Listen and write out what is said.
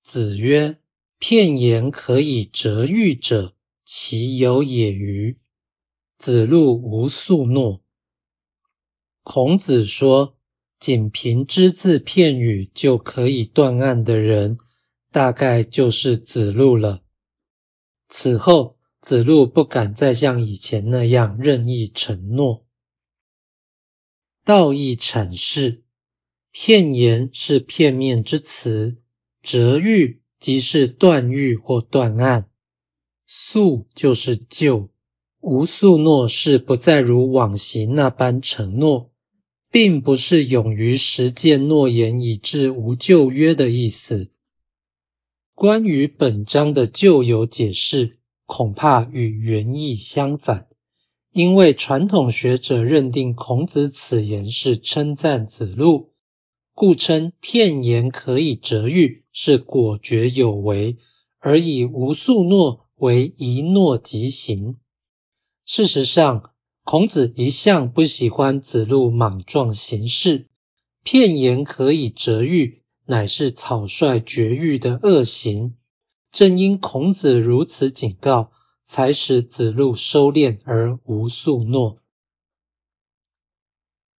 子曰：片言可以折喻者，其有也歟。子路无宿诺。孔子说，仅凭只字片语就可以断案的人，大概就是子路了。此后，子路不敢再像以前那样任意承诺。道义阐释，片言是片面之词，折喻即是断喻或断案，宿就是就，无宿诺是不再如往昔那般承诺，并不是勇于实践诺言以致无旧约的意思。关于本章的旧有解释，恐怕与原意相反，因为传统学者认定孔子此言是称赞子路，故称片言可以折喻是果决有为，而以无宿诺为一诺即行。事实上，孔子一向不喜欢子路莽撞行事，片言可以折喻乃是草率绝育的恶行，正因孔子如此警告，才使子路收敛而无宿诺。